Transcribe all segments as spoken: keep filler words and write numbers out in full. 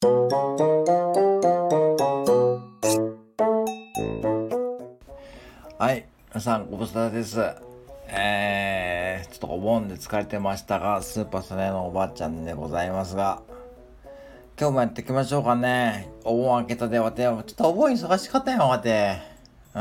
はい、皆さんご無沙汰です。えー、ちょっとお盆で疲れてましたが、スーパーソネのおばあちゃんでございますが、今日もやっていきましょうかね。お盆明けたでわて、ちょっとお盆忙しかったんやわて。うん。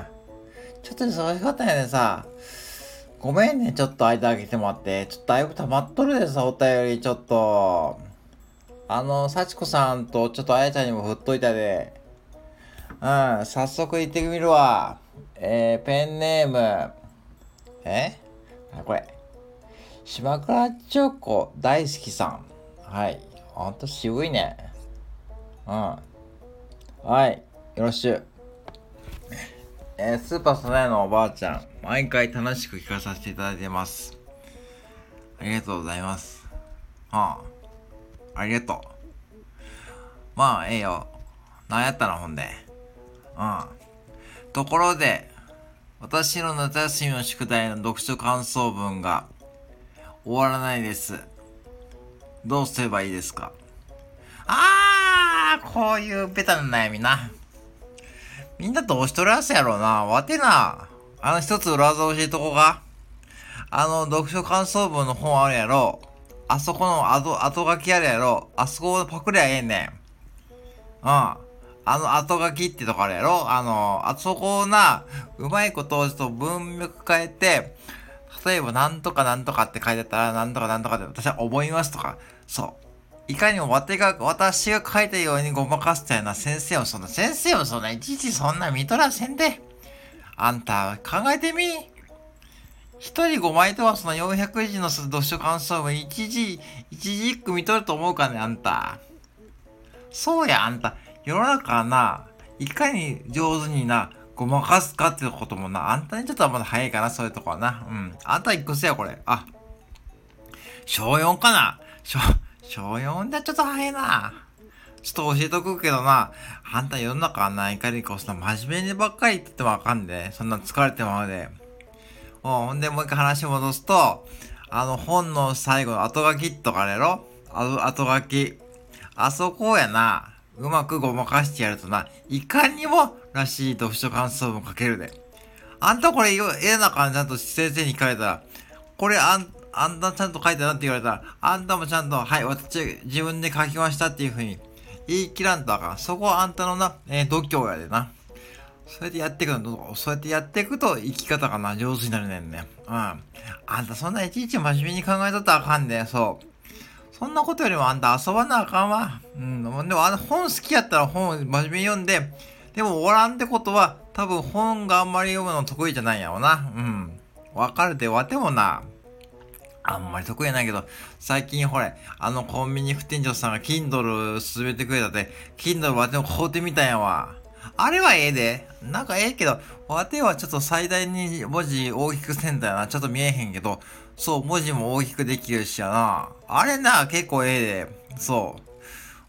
ちょっと忙しかったんやでさ。ごめんね、ちょっと間空けてもらって。ちょっとだいぶ溜まっとるでさ、お便りちょっと。あの、幸子さんとちょっとあやちゃんにも振っといたで。うん、早速行ってみるわ。えー、ペンネーム。えこれ。島倉チョコ大好きさん。はい。ほんと渋いね。うん。はい。よろしゅう。えー、スーパーソナイのおばあちゃん。毎回楽しく聞かさせていただいてます。ありがとうございます。はあ。ありがとう。まあ、ええよ。なんやったらほんで。うん。ところで、私の夏休みの宿題の読書感想文が終わらないです。どうすればいいですか？あー、こういうベタな悩みな。みんなどうしとるやつやろうな。わてな。あの一つ裏技教えとこが。あの読書感想文の本あるやろ。あそこの後、後書きあるやろ。あそこをパクりゃええねん。うん。あの後書きってとこあるやろ。あの、あそこをな、うまいことをちょっと文脈変えて、例えばなんとかなんとかって書いてあったら、なんとかなんとかって私は思いますとか。そう。いかにも私が、私が書いたようにごまかしたような先生をそんな、先生をそんな、いちいちそんな見とらせんで。あんた、考えてみ。一人ごまいとはそのよんひゃくじの読書感想文一字、一字一句見とると思うかね、あんた。そうや、あんた。世の中はな、いかに上手にな、ごまかすかっていうこともな、あんたにちょっとまだ早いかな、そういうとこはな。うん。あんたいくつや、これ。あ、小よんかな小、小よんでちょっと早いな。ちょっと教えとくけどな、あんた世の中はないかにこそ真面目にばっかり言っててもあかんで、そんな疲れてまうで。ほんでもう一回話戻すと、あの本の最後の後書きとかあれやろあ後書き。あそこやな、うまくごまかしてやるとな、いかにもらしい読書感想文書けるで。あんたこれ、ええな感じちゃんと先生に聞かれたら、これあん、あんたちゃんと書いたなって言われたら、あんたもちゃんと、はい、私自分で書きましたっていう風に言い切らんとあかん。そこはあんたのな、えー、度胸やでな。そうやってやっていくの、そうやってやっていくと生き方がな、上手になるねんね。うん。あんたそんないちいち真面目に考えとったらあかんで、そう。そんなことよりもあんた遊ばなあかんわ。うん。でもあの本好きやったら本真面目に読んで、でも終わらんってことは、多分本があんまり読むの得意じゃないんやろな。うん。わかるで、わてもな、あんまり得意ないけど、最近ほれ、あのコンビニ副店長さんが Kindle 進めてくれたって、Kindle わても買うてみたんやわ。あれはええで。なんかええけど、わてはちょっと最大に文字大きくせんだよな。ちょっと見えへんけど、そう、文字も大きくできるしやな。あれな、結構ええで。そう。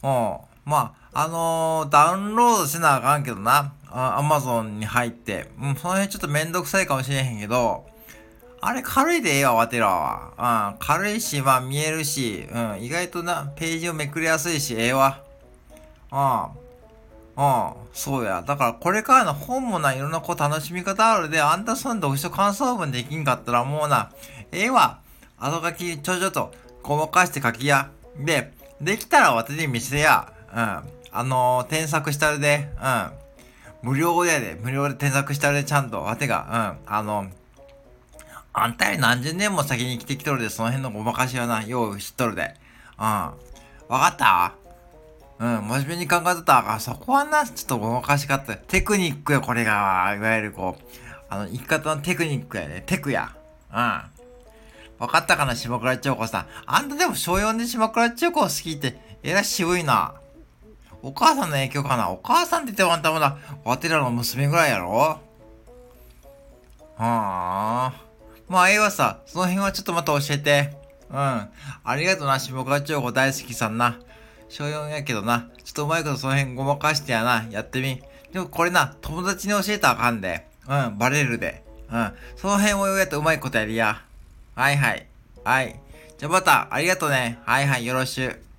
うん。まあ、あのー、ダウンロードせなあかんけどな。あ Amazon に入って。うん、その辺ちょっとめんどくさいかもしれへんけど、あれ軽いでええわ、わてらは。うん、軽いし、まあ見えるし、うん、意外とな、ページをめくりやすいし、ええわ。うん、うん、そうや。だからこれからの本もな、いろんなこう楽しみ方あるで、あんたその読書感想文できんかったらもうな、ええわ。後書きちょちょとごまかして書きや。で、できたらわてに見せや。うん。あのー、添削したるで。うん。無料でやで。無料で添削したるで、ちゃんと。わてが、うん。あの、あんたより何十年も先に生きてきとるで、その辺のごまかしはな、よう知っとるで。うん。わかったうん、真面目に考えとったら、そこはな、ちょっとごまかし方。テクニックよ、これが。いわゆるこう、あの、生き方のテクニックやね。テクや。うん。わかったかな、島倉千代子さん。あんたでも小よんで島倉千代子好きって、えらい渋いな。お母さんの影響かな。お母さんって言ってもあんたまだ、わてらの娘ぐらいやろはあ。まあ、ええわさ、その辺はちょっとまた教えて。うん。ありがとな、下川千代子大好きさんな。小よんやけどな。ちょっとうまいことその辺ごまかしてやな。やってみ。でもこれな、友達に教えたらあかんで。うん、バレるで。うん。その辺をやってうまいことやりや。はいはい。はい。じゃあまた、ありがとね。はいはい、よろしゅう。